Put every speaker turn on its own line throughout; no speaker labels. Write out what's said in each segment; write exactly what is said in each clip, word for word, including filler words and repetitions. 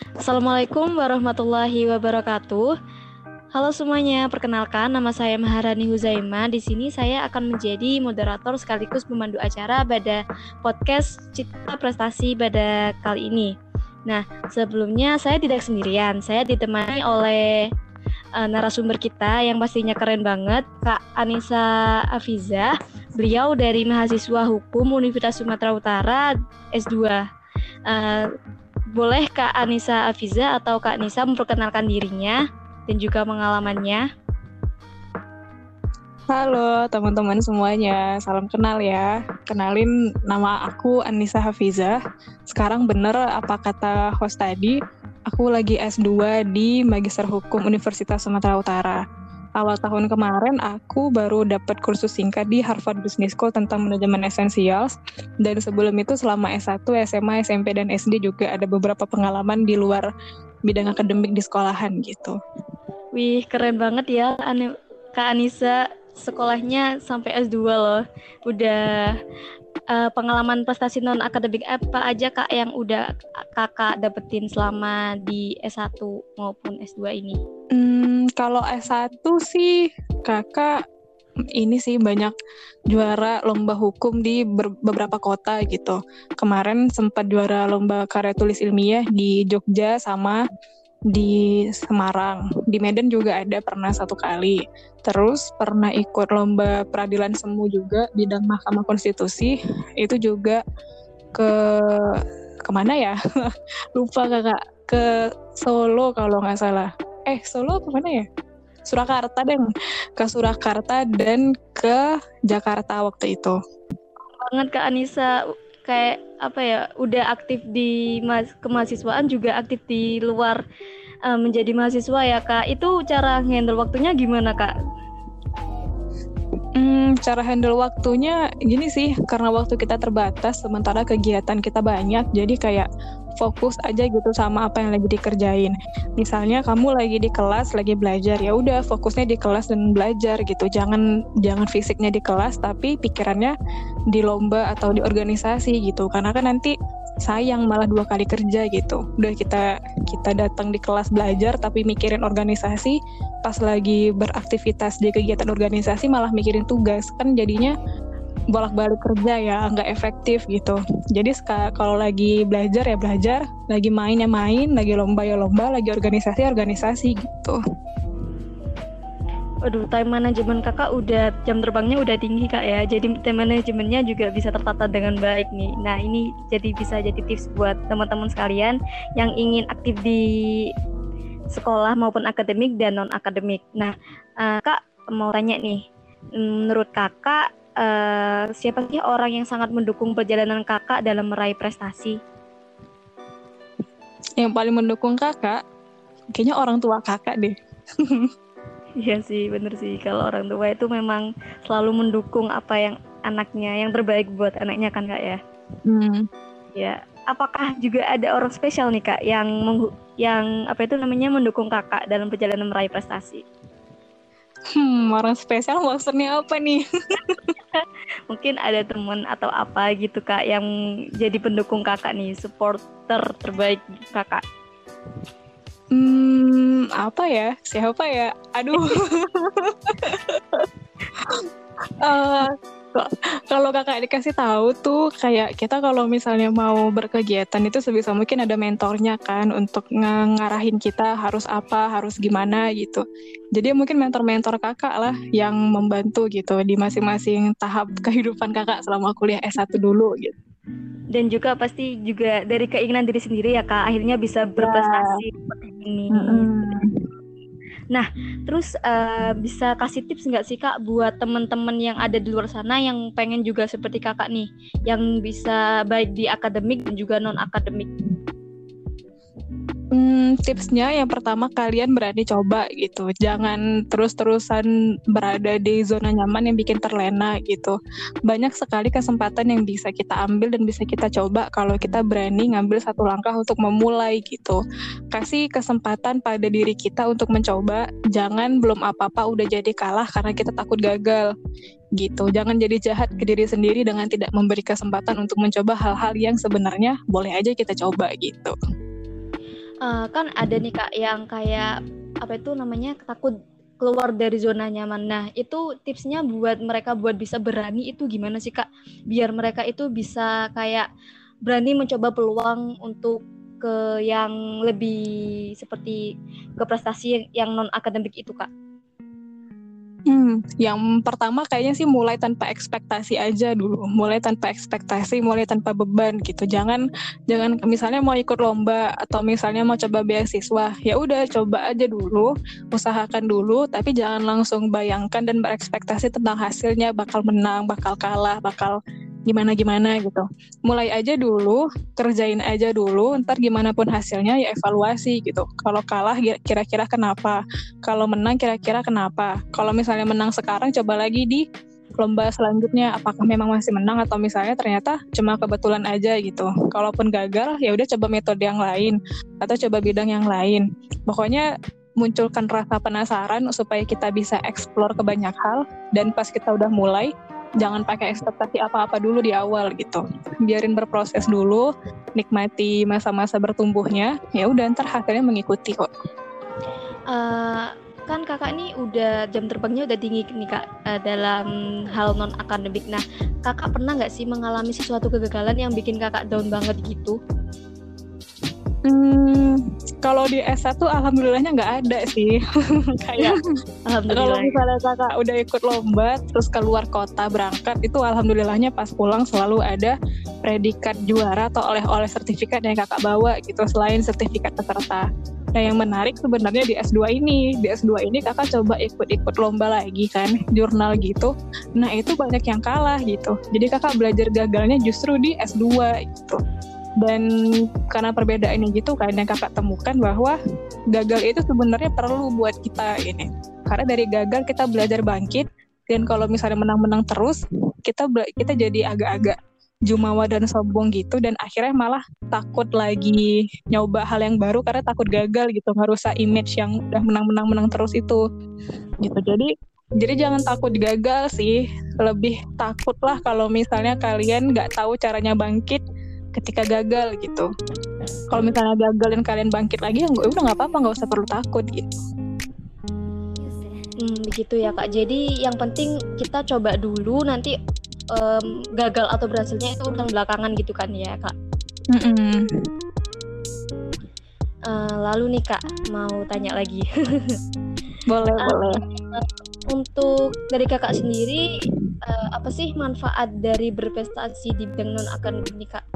Assalamualaikum warahmatullahi wabarakatuh. Halo semuanya, perkenalkan nama saya Maharani Huzaima. Di sini saya akan menjadi moderator sekaligus pemandu acara pada podcast Cita Prestasi pada kali ini. Nah, sebelumnya saya tidak sendirian. Saya ditemani oleh uh, narasumber kita yang pastinya keren banget, Kak Anissa Afiza. Beliau dari mahasiswa Hukum Universitas Sumatera Utara S dua. Uh, Boleh Kak Anissa Afiza atau Kak Nisa memperkenalkan dirinya dan juga pengalamannya.
Halo teman-teman semuanya, salam kenal ya. Kenalin, nama aku Anissa Hafizah. Sekarang bener apa kata host tadi, aku lagi S dua di Magister Hukum Universitas Sumatera Utara. Awal tahun kemarin aku baru dapat kursus singkat di Harvard Business School tentang manajemen essentials. Dan sebelum itu selama S satu, S M A, S M P, dan S D juga ada beberapa pengalaman di luar bidang akademik di sekolahan gitu.
Wih, keren banget ya An- Kak Anissa, sekolahnya sampai S dua loh. Udah uh, pengalaman prestasi non-akademik apa aja Kak yang udah Kakak dapetin selama di S satu maupun S dua ini?
Hmm, kalau S satu sih kakak ini sih banyak juara lomba hukum di ber- beberapa kota gitu. Kemarin sempat juara lomba karya tulis ilmiah di Jogja sama di Semarang. Di Medan juga ada pernah satu kali. Terus pernah ikut lomba peradilan semu juga bidang Mahkamah Konstitusi. Itu juga ke kemana ya? Lupa kakak. Ke Solo kalau nggak salah. Eh Solo apa mana ya? Surakarta deh, ke Surakarta dan ke Jakarta waktu itu.
Banget Kak Anissa, kayak apa ya, udah aktif di mas- kemahasiswaan juga aktif di luar uh, menjadi mahasiswa ya Kak. Itu cara handle waktunya gimana Kak?
Hmm, cara handle waktunya gini sih, karena waktu kita terbatas, sementara kegiatan kita banyak, jadi kayak fokus aja gitu sama apa yang lagi dikerjain. Misalnya kamu lagi di kelas, lagi belajar, ya udah fokusnya di kelas dan belajar gitu. Jangan jangan fisiknya di kelas, tapi pikirannya di lomba atau di organisasi gitu. Karena kan nanti sayang malah dua kali kerja gitu. Udah kita kita datang di kelas belajar tapi mikirin organisasi, pas lagi beraktivitas di kegiatan organisasi malah mikirin tugas, kan jadinya bolak-balik kerja ya, nggak efektif gitu. Jadi kalau lagi belajar ya belajar, lagi main ya main, lagi lomba ya lomba, lagi organisasi ya organisasi gitu.
Waduh, time manajemen kakak udah, jam terbangnya udah tinggi kak ya. Jadi time manajemennya juga bisa tertata dengan baik nih. Nah ini jadi bisa jadi tips buat teman-teman sekalian yang ingin aktif di sekolah maupun akademik dan non-akademik. Nah uh, kak mau tanya nih, menurut kakak uh, siapa sih orang yang sangat mendukung perjalanan kakak dalam meraih prestasi?
Yang paling mendukung kakak, kayaknya orang tua kakak deh.
Iya sih, bener sih. Kalau orang tua itu memang selalu mendukung apa yang anaknya, yang terbaik buat anaknya kan kak ya.
Hmm.
Ya, apakah juga ada orang spesial nih kak yang menghu- yang apa itu namanya mendukung kakak dalam perjalanan meraih prestasi?
Hmm, orang spesial maksudnya apa nih?
Mungkin ada teman atau apa gitu kak yang jadi pendukung kakak nih, supporter terbaik kakak.
Hmm, apa ya? Siapa ya? Aduh. uh, kalau kakak dikasih tahu tuh kayak kita kalau misalnya mau berkegiatan itu sebisa mungkin ada mentornya kan untuk ngarahin kita harus apa, harus gimana gitu. Jadi mungkin mentor-mentor kakak lah yang membantu gitu di masing-masing tahap kehidupan kakak selama kuliah S satu dulu gitu.
Dan juga pasti juga dari keinginan diri sendiri ya kak, akhirnya bisa berprestasi ya. Seperti ini. Mm-hmm. Nah, terus uh, bisa kasih tips nggak sih kak buat teman-teman yang ada di luar sana yang pengen juga seperti kakak nih, yang bisa baik di akademik dan juga non akademik?
Hmm, tipsnya yang pertama kalian berani coba gitu. Jangan terus-terusan berada di zona nyaman yang bikin terlena gitu. Banyak sekali kesempatan yang bisa kita ambil dan bisa kita coba kalau kita berani ngambil satu langkah untuk memulai gitu. Kasih kesempatan pada diri kita untuk mencoba. Jangan belum apa-apa udah jadi kalah karena kita takut gagal gitu. Jangan jadi jahat ke diri sendiri dengan tidak memberi kesempatan untuk mencoba hal-hal yang sebenarnya boleh aja kita coba gitu.
Uh, kan ada nih kak yang kayak apa itu namanya takut keluar dari zona nyaman. Nah itu tipsnya buat mereka buat bisa berani itu gimana sih kak? Biar mereka itu bisa kayak berani mencoba peluang untuk ke yang lebih seperti ke prestasi yang non akademik itu kak.
Hmm, yang pertama kayaknya sih mulai tanpa ekspektasi aja dulu, mulai tanpa ekspektasi, mulai tanpa beban gitu. Jangan, jangan misalnya mau ikut lomba atau misalnya mau coba beasiswa, ya udah coba aja dulu, usahakan dulu, tapi jangan langsung bayangkan dan berekspektasi tentang hasilnya bakal menang, bakal kalah, bakal gimana-gimana gitu. Mulai aja dulu, kerjain aja dulu, ntar gimana pun hasilnya ya evaluasi gitu. Kalau kalah kira-kira kenapa? Kalau menang kira-kira kenapa? Kalau misalnya menang sekarang coba lagi di lomba selanjutnya apakah memang masih menang atau misalnya ternyata cuma kebetulan aja gitu. Kalaupun gagal ya udah coba metode yang lain atau coba bidang yang lain. Pokoknya munculkan rasa penasaran supaya kita bisa explore ke banyak hal dan pas kita udah mulai jangan pakai ekspektasi apa-apa dulu di awal gitu. Biarin berproses dulu, nikmati masa-masa bertumbuhnya, ya udah ntar hasilnya mengikuti kok.
Uh, kan kakak ini udah jam terbangnya udah tinggi nih kak uh, dalam hal non akademik. Nah kakak pernah nggak sih mengalami sesuatu kegagalan yang bikin kakak down banget gitu?
Hmm, kalau di S satu alhamdulillahnya nggak ada sih. Kayak kalau misalnya kakak udah ikut lomba terus keluar kota berangkat, itu alhamdulillahnya pas pulang selalu ada predikat juara atau oleh-oleh sertifikat yang kakak bawa gitu selain sertifikat peserta. Nah yang menarik sebenarnya di S dua ini, di S dua ini kakak coba ikut-ikut lomba lagi kan, jurnal gitu. Nah itu banyak yang kalah gitu. Jadi kakak belajar gagalnya justru di S dua gitu. Dan karena perbedaannya gitu kan yang kakak temukan bahwa gagal itu sebenarnya perlu buat kita ini. Karena dari gagal kita belajar bangkit, dan kalau misalnya menang-menang terus, kita kita jadi agak-agak jumawa dan sombong gitu, dan akhirnya malah takut lagi nyoba hal yang baru karena takut gagal gitu, ngerusak image yang udah menang-menang-menang terus itu gitu. Jadi jadi jangan takut gagal sih, lebih takutlah kalau misalnya kalian nggak tahu caranya bangkit ketika gagal gitu. Kalau misalnya gagal dan kalian bangkit lagi, ya udah nggak apa-apa, nggak usah perlu takut gitu.
Hmm, begitu ya kak. Jadi yang penting kita coba dulu, nanti um, gagal atau berhasilnya itu urusan belakangan gitu kan ya kak.
Mm-mm.
Uh, lalu nih kak, mau tanya lagi.
Boleh
uh,
boleh.
Uh, untuk dari kakak sendiri, uh, apa sih manfaat dari berprestasi di bidang non akademik nih kak?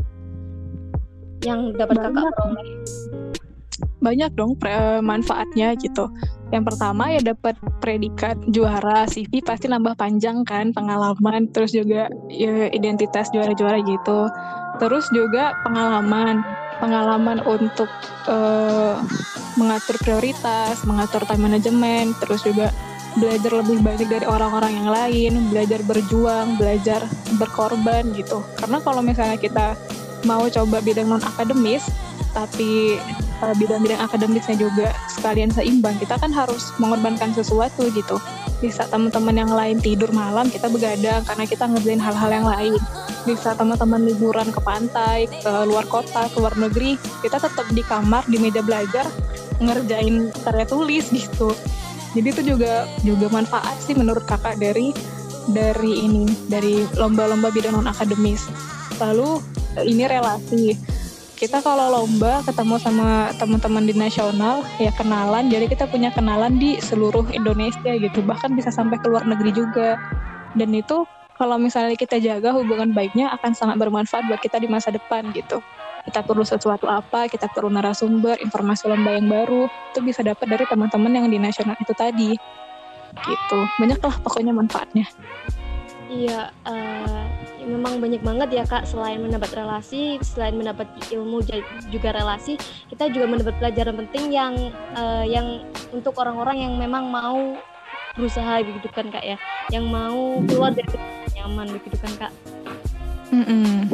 Yang dapat
banyak,
kakak peroleh?
Banyak dong pre- manfaatnya gitu. Yang pertama ya dapat predikat juara, C V pasti nambah panjang kan, pengalaman, terus juga ya, identitas juara-juara gitu. Terus juga pengalaman, pengalaman untuk uh, mengatur prioritas, mengatur time management, terus juga belajar lebih banyak dari orang-orang yang lain, belajar berjuang, belajar berkorban gitu. Karena kalau misalnya kita mau coba bidang non akademis tapi uh, bidang-bidang akademisnya juga sekalian seimbang, kita kan harus mengorbankan sesuatu gitu. Bisa teman-teman yang lain tidur malam, kita begadang karena kita ngerjain hal-hal yang lain. Bisa teman-teman liburan ke pantai, ke luar kota, ke luar negeri, kita tetap di kamar, di meja belajar ngerjain karya tulis gitu. Jadi itu juga juga manfaat sih menurut kakak dari dari ini, dari lomba-lomba bidang non akademis. Lalu ini relasi, kita kalau lomba ketemu sama teman-teman di nasional ya kenalan, jadi kita punya kenalan di seluruh Indonesia gitu, bahkan bisa sampai ke luar negeri juga. Dan itu kalau misalnya kita jaga hubungan baiknya akan sangat bermanfaat buat kita di masa depan gitu. Kita perlu sesuatu apa, kita perlu narasumber, informasi lomba yang baru, itu bisa dapat dari teman-teman yang di nasional itu tadi gitu. Banyak lah pokoknya manfaatnya.
Iya, uh, memang banyak banget ya kak. Selain mendapat relasi, selain mendapat ilmu juga relasi, kita juga mendapat pelajaran penting yang uh, yang untuk orang-orang yang memang mau berusaha begitu kan kak ya, yang mau keluar dari nyaman begitu kan kak.
Mm-mm.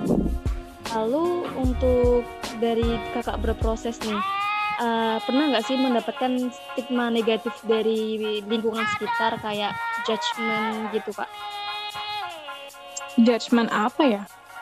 Lalu untuk dari kakak berproses nih, uh, pernah nggak sih mendapatkan stigma negatif dari lingkungan sekitar kayak judgement gitu kak?
Judgement apa ya?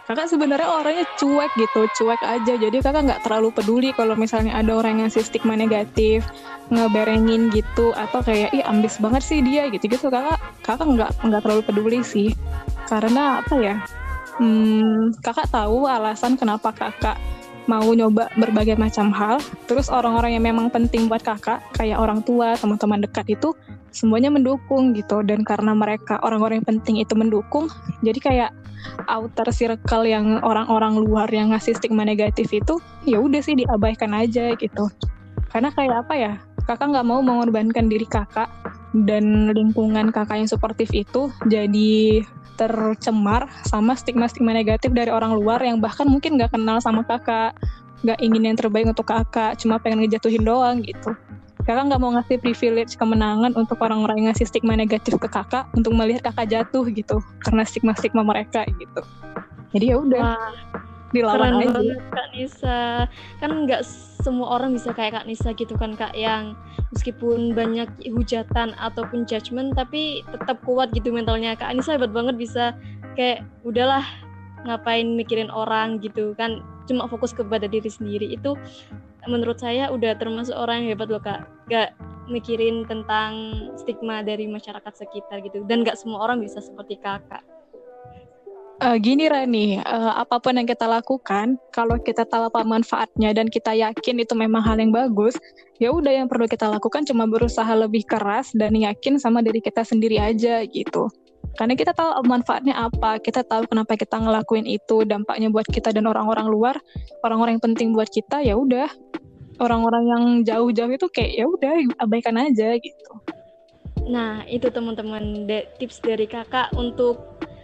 Kakak sebenarnya orangnya cuek gitu, cuek aja. Jadi kakak nggak terlalu peduli kalau misalnya ada orang yang ngasih stigma negatif, ngeberengin gitu, atau kayak ih ambis banget sih dia gitu-gitu. Kakak kakak nggak nggak terlalu peduli sih, karena apa ya? Hmm, kakak tahu alasan kenapa kakak mau nyoba berbagai macam hal. Terus orang-orang yang memang penting buat kakak, kayak orang tua, teman-teman dekat itu semuanya mendukung gitu. Dan karena mereka orang-orang yang penting itu mendukung, jadi kayak outer circle yang orang-orang luar yang ngasih stigma negatif itu ya udah sih diabaikan aja gitu. Karena kayak apa ya, kakak nggak mau mengorbankan diri kakak dan lingkungan kakak yang suportif itu jadi tercemar sama stigma-stigma negatif dari orang luar yang bahkan mungkin nggak kenal sama kakak, nggak ingin yang terbaik untuk kakak, cuma pengen ngejatuhin doang gitu. Kakak nggak mau ngasih privilege kemenangan untuk orang-orang yang ngasih stigma negatif ke kakak untuk melihat kakak jatuh gitu karena stigma-stigma mereka gitu. Jadi ya udah dilawan
keren
aja.
banget Kak Nisa. Kan nggak semua orang bisa kayak Kak Nisa gitu kan Kak, yang meskipun banyak hujatan ataupun judgement tapi tetap kuat gitu mentalnya. Kak Nisa hebat banget bisa kayak udahlah ngapain mikirin orang gitu kan, cuma fokus kepada diri sendiri. Itu menurut saya udah termasuk orang yang hebat loh Kak, gak mikirin tentang stigma dari masyarakat sekitar gitu, dan gak semua orang bisa seperti kakak.
Uh, gini Rani, uh, apapun yang kita lakukan, kalau kita tahu apa manfaatnya dan kita yakin itu memang hal yang bagus, ya udah yang perlu kita lakukan cuma berusaha lebih keras dan yakin sama diri kita sendiri aja gitu. Karena kita tahu manfaatnya apa, kita tahu kenapa kita ngelakuin itu, dampaknya buat kita dan orang-orang luar, orang-orang yang penting buat kita, ya udah. Orang-orang yang jauh-jauh itu kayak ya udah abaikan aja gitu.
Nah, itu teman-teman de- tips dari kakak untuk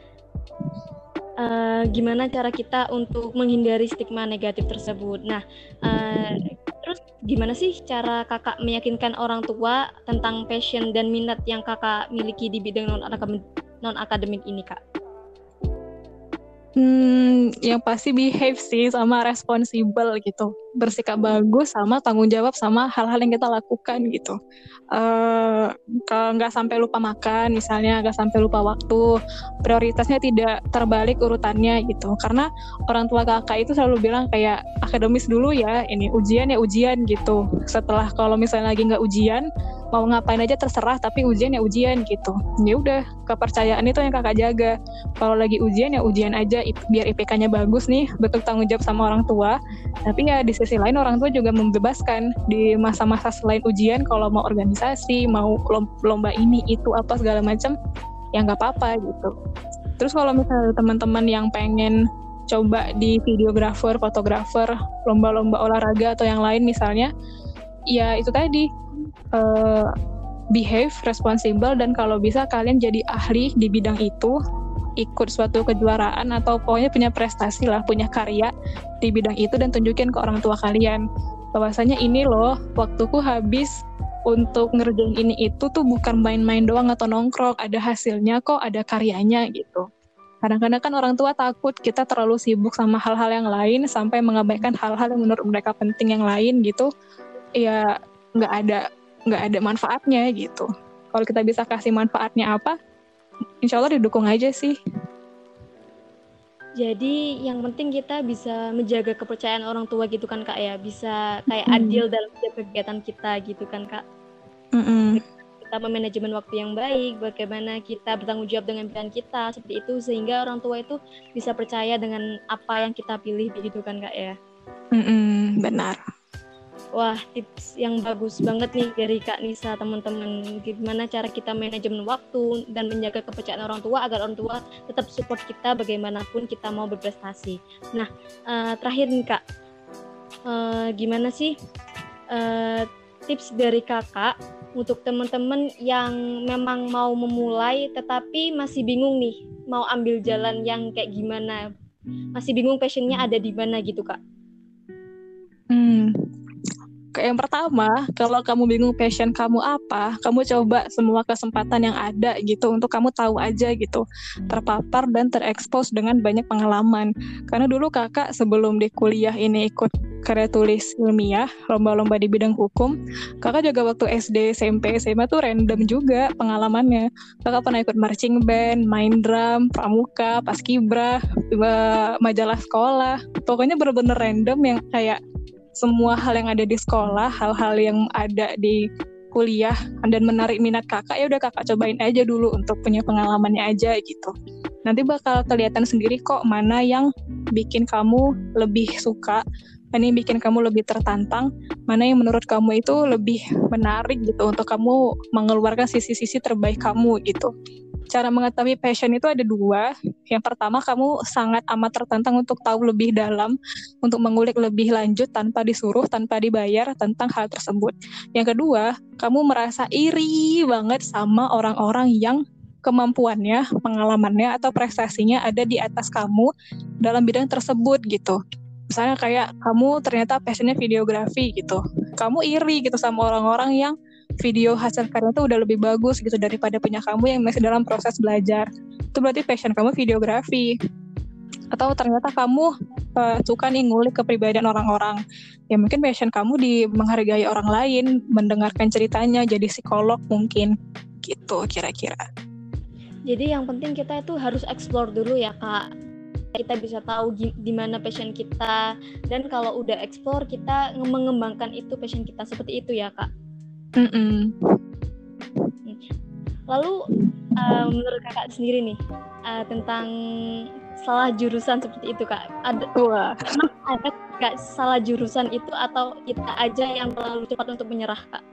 uh, gimana cara kita untuk menghindari stigma negatif tersebut. Nah, uh, terus gimana sih cara kakak meyakinkan orang tua tentang passion dan minat yang kakak miliki di bidang non-akademik, non-akademik ini, Kak?
Hmm, yang pasti behave sih sama responsible gitu, bersikap bagus sama tanggung jawab sama hal-hal yang kita lakukan gitu. Uh, kalau nggak sampai lupa makan misalnya, nggak sampai lupa waktu, prioritasnya tidak terbalik urutannya gitu. Karena orang tua kakak itu selalu bilang kayak akademis dulu ya, ini ujian ya ujian gitu. Setelah kalau misalnya lagi nggak ujian, mau ngapain aja terserah, tapi ujian ya ujian gitu. Ya udah, kepercayaan itu yang kakak jaga. Kalau lagi ujian ya ujian aja, biar I P K-nya bagus nih, betul tanggung jawab sama orang tua. Tapi ya di sisi lain orang tua juga membebaskan di masa-masa selain ujian, kalau mau organisasi, mau lomba ini itu apa segala macam, ya nggak apa-apa gitu. Terus kalau misalnya teman-teman yang pengen coba di videographer, fotografer, lomba-lomba olahraga atau yang lain misalnya, ya itu tadi, Uh, behave, responsible, dan kalau bisa kalian jadi ahli di bidang itu, ikut suatu kejuaraan atau pokoknya punya prestasi lah, punya karya di bidang itu dan tunjukin ke orang tua kalian bahwasanya ini loh, waktuku habis untuk ngerjain ini itu tuh bukan main-main doang atau nongkrong, ada hasilnya kok, ada karyanya gitu. Kadang-kadang kan orang tua takut kita terlalu sibuk sama hal-hal yang lain sampai mengabaikan hal-hal yang menurut mereka penting yang lain gitu, ya nggak ada nggak ada manfaatnya gitu. Kalau kita bisa kasih manfaatnya apa, insya Allah didukung aja sih.
Jadi yang penting kita bisa menjaga kepercayaan orang tua gitu kan Kak ya, bisa kayak mm. adil dalam setiap kegiatan kita gitu kan Kak.
Mm-mm.
Kita memanajemen waktu yang baik, bagaimana kita bertanggung jawab dengan pilihan kita seperti itu, sehingga orang tua itu bisa percaya dengan apa yang kita pilih gitu kan Kak ya.
Mm-mm, benar.
Wah, tips yang bagus banget nih dari Kak Nisa, teman-teman. Gimana cara kita manajemen waktu dan menjaga kepercayaan orang tua agar orang tua tetap support kita bagaimanapun kita mau berprestasi. Nah, uh, terakhir nih Kak, uh, gimana sih uh, tips dari Kakak untuk teman-teman yang memang mau memulai tetapi masih bingung nih mau ambil jalan yang kayak gimana, masih bingung passionnya ada di mana gitu Kak?
Hmm. Yang pertama, kalau kamu bingung passion kamu apa, kamu coba semua kesempatan yang ada gitu untuk kamu tahu aja gitu, terpapar dan terekspos dengan banyak pengalaman. Karena dulu kakak sebelum di kuliah ini ikut karya tulis ilmiah, lomba-lomba di bidang hukum. Kakak juga waktu S D, S M P, S M A tuh random juga pengalamannya. Kakak pernah ikut marching band, main drum, pramuka, paskibra, majalah sekolah. Pokoknya bener-bener random yang kayak semua hal yang ada di sekolah, hal-hal yang ada di kuliah dan menarik minat kakak, ya udah kakak cobain aja dulu untuk punya pengalamannya aja gitu. Nanti bakal kelihatan sendiri kok mana yang bikin kamu lebih suka, mana yang bikin kamu lebih tertantang, mana yang menurut kamu itu lebih menarik gitu untuk kamu mengeluarkan sisi-sisi terbaik kamu gitu. Cara mengetahui passion itu ada dua. Yang pertama, kamu sangat amat tertantang untuk tahu lebih dalam, untuk mengulik lebih lanjut tanpa disuruh, tanpa dibayar tentang hal tersebut. Yang kedua, kamu merasa iri banget sama orang-orang yang kemampuannya, pengalamannya, atau prestasinya ada di atas kamu dalam bidang tersebut gitu. Misalnya kayak kamu ternyata passionnya videografi gitu. Kamu iri gitu sama orang-orang yang video hasil karya itu udah lebih bagus gitu daripada punya kamu yang masih dalam proses belajar. Itu berarti passion kamu videografi. Atau ternyata kamu uh, suka nih ngulik kepribadian orang-orang. Ya mungkin passion kamu di menghargai orang lain, mendengarkan ceritanya, jadi psikolog mungkin. Gitu kira-kira.
Jadi yang penting kita itu harus explore dulu ya Kak. Kita bisa tahu di mana passion kita, dan kalau udah explore kita mengembangkan itu passion kita, seperti itu ya Kak.
Mm-mm.
Lalu uh, menurut kakak sendiri nih uh, tentang salah jurusan seperti itu Kak, ada
Wah.
emang ada nggak salah jurusan itu atau kita aja yang terlalu cepat untuk menyerah Kak?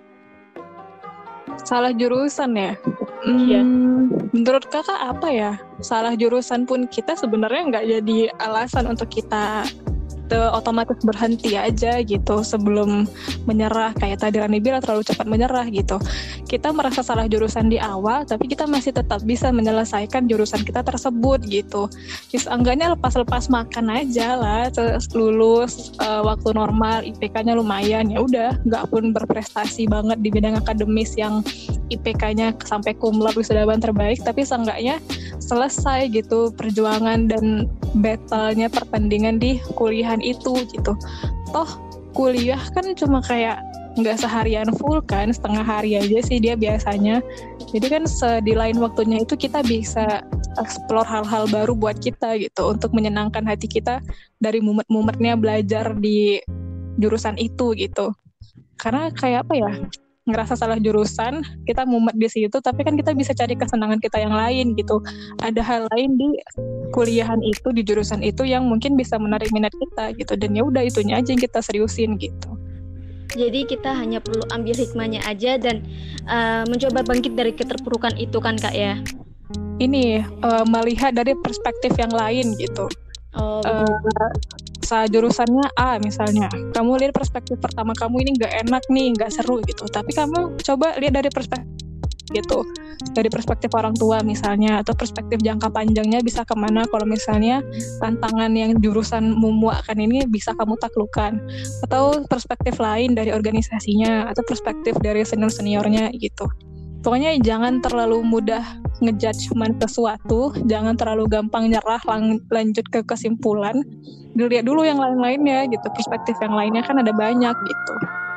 Salah jurusan ya?
Iya.
Hmm, menurut kakak apa ya? Salah jurusan pun kita sebenarnya nggak jadi alasan untuk kita otomatis berhenti aja gitu sebelum menyerah. Kayak tadi Rani bilang terlalu cepat menyerah gitu. Kita merasa salah jurusan di awal, tapi kita masih tetap bisa menyelesaikan jurusan kita tersebut gitu. Just enggaknya lepas-lepas makan aja lah, terus lulus uh, waktu normal, I P K-nya lumayan, ya udah, nggak pun berprestasi banget di bidang akademis yang I P K-nya sampai cum laude wisudawan terbaik, tapi seenggaknya selesai gitu perjuangan dan battle-nya, pertandingan di kuliahan itu gitu. Toh kuliah kan cuma kayak nggak seharian full kan, setengah hari aja sih dia biasanya. Jadi kan di lain waktunya itu kita bisa explore hal-hal baru buat kita gitu, untuk menyenangkan hati kita dari mumet-mumetnya belajar di jurusan itu gitu. Karena kayak apa ya, ngerasa salah jurusan, kita mumet di situ, tapi kan kita bisa cari kesenangan kita yang lain gitu. Ada hal lain di kuliahan itu, di jurusan itu yang mungkin bisa menarik minat kita gitu, dan ya udah itunya aja yang kita seriusin gitu.
Jadi kita hanya perlu ambil hikmahnya aja dan uh, mencoba bangkit dari keterpurukan itu kan Kak ya.
Ini uh, melihat dari perspektif yang lain gitu.
Oh,
uh, salah jurusannya A misalnya, kamu lihat perspektif pertama kamu ini nggak enak nih, nggak seru gitu, tapi kamu coba lihat dari perspektif gitu, dari perspektif orang tua misalnya, atau perspektif jangka panjangnya bisa kemana kalau misalnya tantangan yang jurusan memuakkan ini bisa kamu taklukkan, atau perspektif lain dari organisasinya, atau perspektif dari senior-seniornya gitu. Pokoknya jangan terlalu mudah ngejudge sesuatu, jangan terlalu gampang nyerah lang- lanjut ke kesimpulan. Dilihat dulu yang lain-lainnya gitu, perspektif yang lainnya kan ada banyak gitu.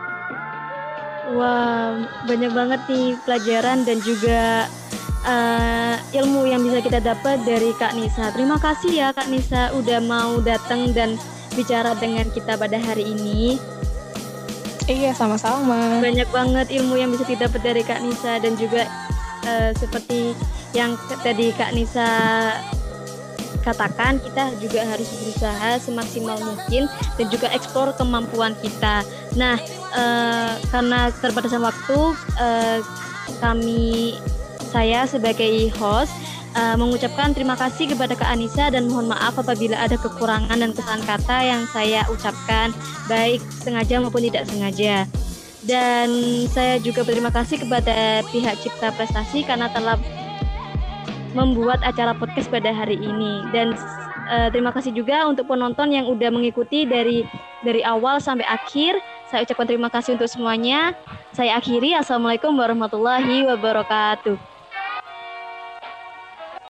Wah, banyak banget nih pelajaran dan juga uh, ilmu yang bisa kita dapat dari Kak Nisa. Terima kasih ya Kak Nisa udah mau datang dan bicara dengan kita pada hari ini.
Iya, sama-sama.
Banyak banget ilmu yang bisa didapat dari Kak Nisa, dan juga uh, seperti yang tadi Kak Nisa katakan, kita juga harus berusaha semaksimal mungkin dan juga eksplor kemampuan kita. Nah, uh, karena terbatasan waktu, uh, kami saya sebagai host uh, mengucapkan terima kasih kepada Kak Anissa, dan mohon maaf apabila ada kekurangan dan kesalahan kata yang saya ucapkan, baik sengaja maupun tidak sengaja. Dan saya juga berterima kasih kepada pihak Cipta Prestasi karena telah membuat acara podcast pada hari ini. Dan uh, terima kasih juga untuk penonton yang udah mengikuti dari dari awal sampai akhir. Saya ucapkan terima kasih untuk semuanya. Saya akhiri. Assalamualaikum warahmatullahi wabarakatuh.